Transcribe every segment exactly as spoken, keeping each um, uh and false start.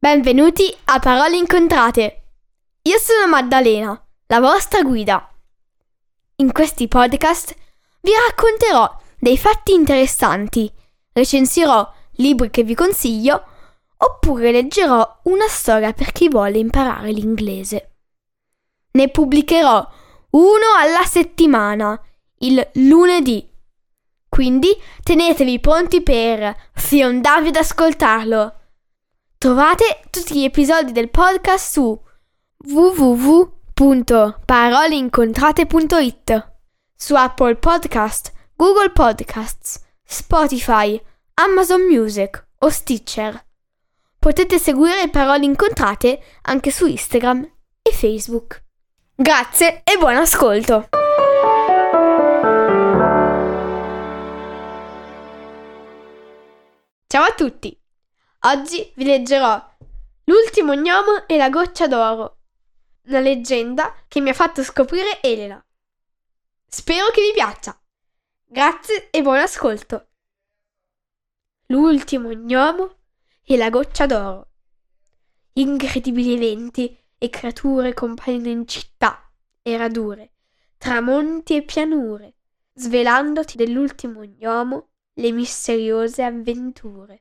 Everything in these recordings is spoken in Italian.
Benvenuti a Parole Incontrate. Io sono Maddalena, la vostra guida. In questi podcast vi racconterò dei fatti interessanti, recensirò libri che vi consiglio, oppure leggerò una storia per chi vuole imparare l'inglese. Ne pubblicherò uno alla settimana, il lunedì. Quindi tenetevi pronti per fiondarvi ad ascoltarlo. Trovate tutti gli episodi del podcast su w w w punto parole incontrate punto i t, su Apple Podcast, Google Podcasts, Spotify, Amazon Music o Stitcher. Potete seguire Parole Incontrate anche su Instagram e Facebook. Grazie e buon ascolto! Ciao a tutti! Oggi vi leggerò L'ultimo gnomo e la goccia d'oro, una leggenda che mi ha fatto scoprire Elena. Spero che vi piaccia. Grazie e buon ascolto. L'ultimo gnomo e la goccia d'oro. Incredibili eventi e creature compaiono in città e radure, tra monti e pianure, svelandoti dell'ultimo gnomo le misteriose avventure.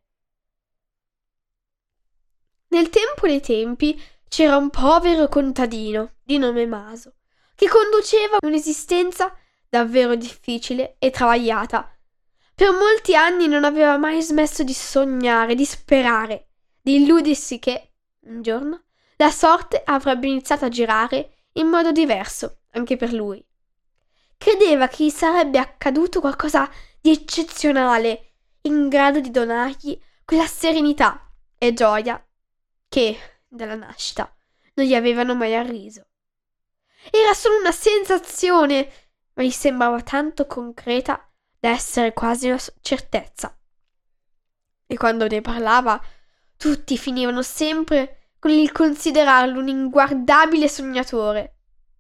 Nel tempo dei tempi c'era un povero contadino di nome Maso che conduceva un'esistenza davvero difficile e travagliata. Per molti anni non aveva mai smesso di sognare, di sperare, di illudersi che, un giorno, la sorte avrebbe iniziato a girare in modo diverso anche per lui. Credeva che gli sarebbe accaduto qualcosa di eccezionale, in grado di donargli quella serenità e gioia che, dalla nascita, non gli avevano mai arriso. Era solo una sensazione, ma gli sembrava tanto concreta da essere quasi una certezza. E quando ne parlava, tutti finivano sempre con il considerarlo un inguardabile sognatore,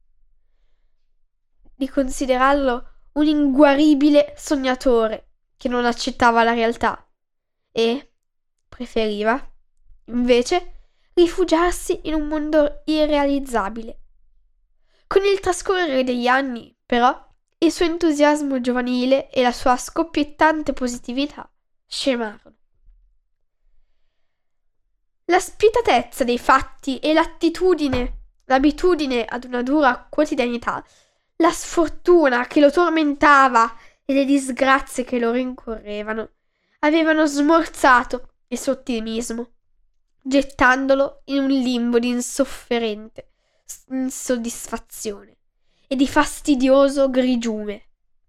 di considerarlo un inguaribile sognatore che non accettava la realtà e preferiva, invece, rifugiarsi in un mondo irrealizzabile. Con il trascorrere degli anni, però, il suo entusiasmo giovanile e la sua scoppiettante positività scemarono. La spietatezza dei fatti e l'attitudine, l'abitudine ad una dura quotidianità, la sfortuna che lo tormentava e le disgrazie che lo rincorrevano avevano smorzato il suo ottimismo, gettandolo in un limbo di insofferente insoddisfazione e di fastidioso grigiume.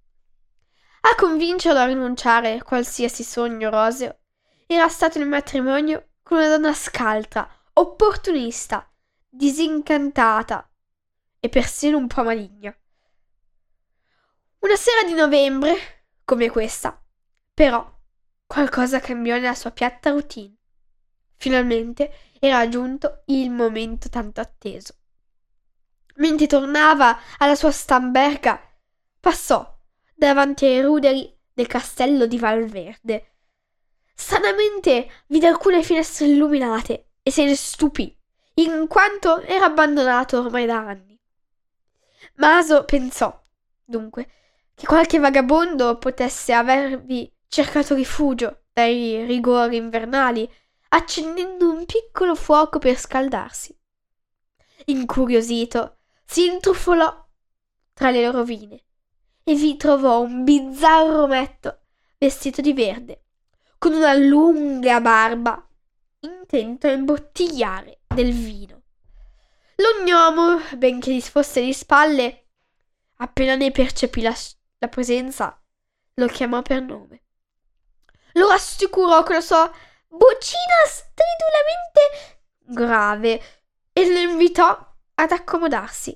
A convincerlo a rinunciare a qualsiasi sogno roseo era stato il matrimonio con una donna scaltra, opportunista, disincantata e persino un po' maligna. Una sera di novembre, come questa, però, qualcosa cambiò nella sua piatta routine. Finalmente era giunto il momento tanto atteso. Mentre tornava alla sua stamberga, passò davanti ai ruderi del castello di Valverde. Stranamente vide alcune finestre illuminate e se ne stupì, in quanto era abbandonato ormai da anni. Maso pensò, dunque, che qualche vagabondo potesse avervi cercato rifugio dai rigori invernali, accendendo un piccolo fuoco per scaldarsi. Incuriosito, si intrufolò tra le rovine e vi trovò un bizzarro ometto vestito di verde, con una lunga barba, intento a imbottigliare del vino. Lo gnomo, benché gli fosse di spalle, appena ne percepì la, la presenza, lo chiamò per nome. Lo rassicurò con la sua vocina stridulamente grave e lo invitò ad accomodarsi.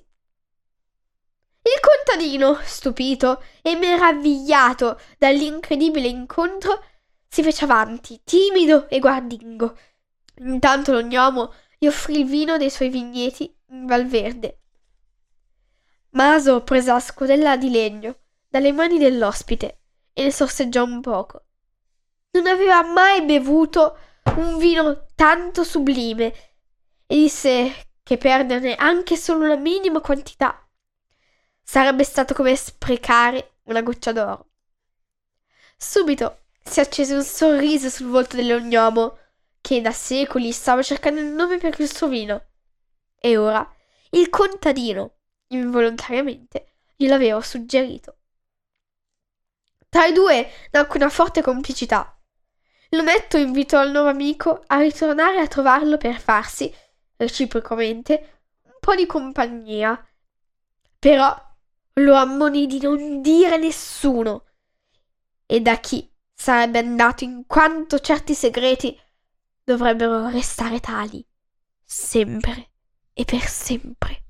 Il contadino, stupito e meravigliato dall'incredibile incontro, si fece avanti, timido e guardingo. Intanto lo gnomo gli offrì il vino dei suoi vigneti in Valverde. Maso prese la scodella di legno dalle mani dell'ospite e ne sorseggiò un poco. Non aveva mai bevuto un vino tanto sublime, e disse che perderne anche solo una minima quantità sarebbe stato come sprecare una goccia d'oro. Subito si accese un sorriso sul volto dell'ognomo, che da secoli stava cercando il nome per il suo vino, e ora il contadino, involontariamente, gliel'aveva suggerito. Tra i due nacque una forte complicità. L'ometto invitò il nuovo amico a ritornare a trovarlo per farsi, reciprocamente, un po' di compagnia. Però lo ammonì di non dire a nessuno, e da chi sarebbe andato in quanto certi segreti dovrebbero restare tali, sempre e per sempre.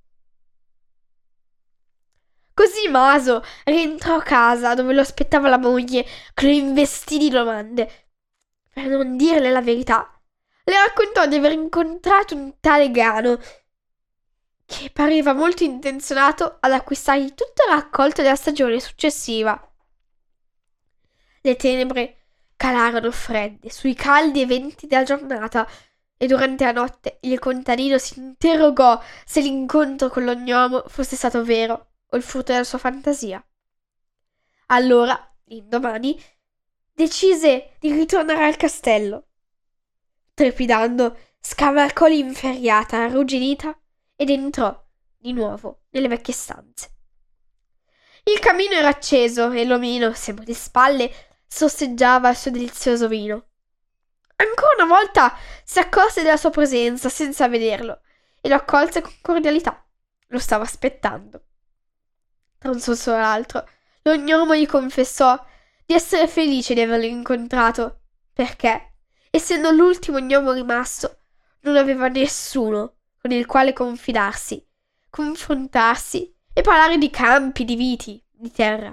Così Maso rientrò a casa dove lo aspettava la moglie, che lo investì di domande. Per non dirle la verità, le raccontò di aver incontrato un tale Gano, che pareva molto intenzionato ad acquistargli tutta la raccolta della stagione successiva. Le tenebre calarono fredde sui caldi eventi della giornata, e durante la notte il contadino si interrogò se l'incontro con l'ognomo fosse stato vero o il frutto della sua fantasia. Allora, l'indomani, decise di ritornare al castello. Trepidando, scavalcò l'inferriata arrugginita ed entrò di nuovo nelle vecchie stanze. Il camino era acceso e l'omino, sempre di spalle, sorseggiava il suo delizioso vino. Ancora una volta si accorse della sua presenza senza vederlo e lo accolse con cordialità. Lo stava aspettando. Da un sorso all'altro, l'ognomo gli confessò di essere felice di averlo incontrato, perché, essendo l'ultimo ognomo rimasto, non aveva nessuno con il quale confidarsi, confrontarsi e parlare di campi, di viti, di terra.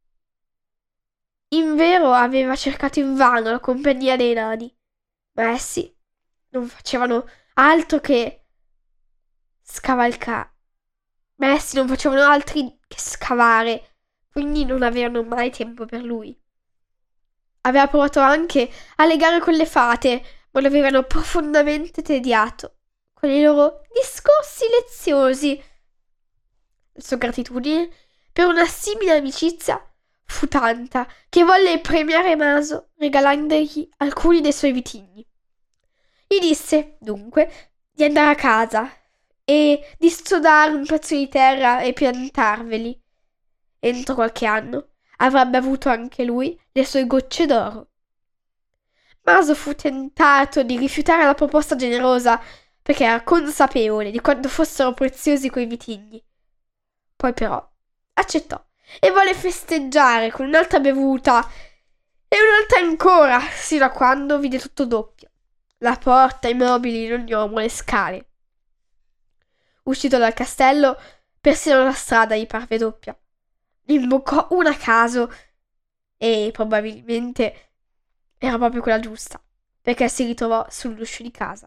Invero aveva cercato invano la compagnia dei nani, ma essi non facevano altro che scavalcare. Ma essi non facevano altri che scavare, quindi non avevano mai tempo per lui. Aveva provato anche a legare con le fate, ma lo avevano profondamente tediato con i loro discorsi leziosi. La sua gratitudine per una simile amicizia fu tanta che volle premiare Maso regalandogli alcuni dei suoi vitigni. Gli disse, dunque, di andare a casa e di stodare un pezzo di terra e piantarveli. Entro qualche anno avrebbe avuto anche lui le sue gocce d'oro. Maso fu tentato di rifiutare la proposta generosa, perché era consapevole di quanto fossero preziosi quei vitigni. Poi però accettò e volle festeggiare con un'altra bevuta e un'altra ancora, sino a quando vide tutto doppio: la porta, i mobili, l'ognomo, le scale. Uscito dal castello, persino la strada gli parve doppia. Ne imboccò una a caso e probabilmente era proprio quella giusta, perché si ritrovò sull'uscio di casa.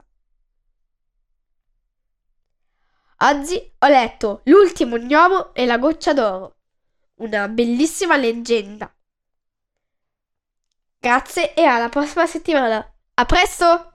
Oggi ho letto L'ultimo ognomo e la goccia d'oro, una bellissima leggenda. Grazie e alla prossima settimana. A presto!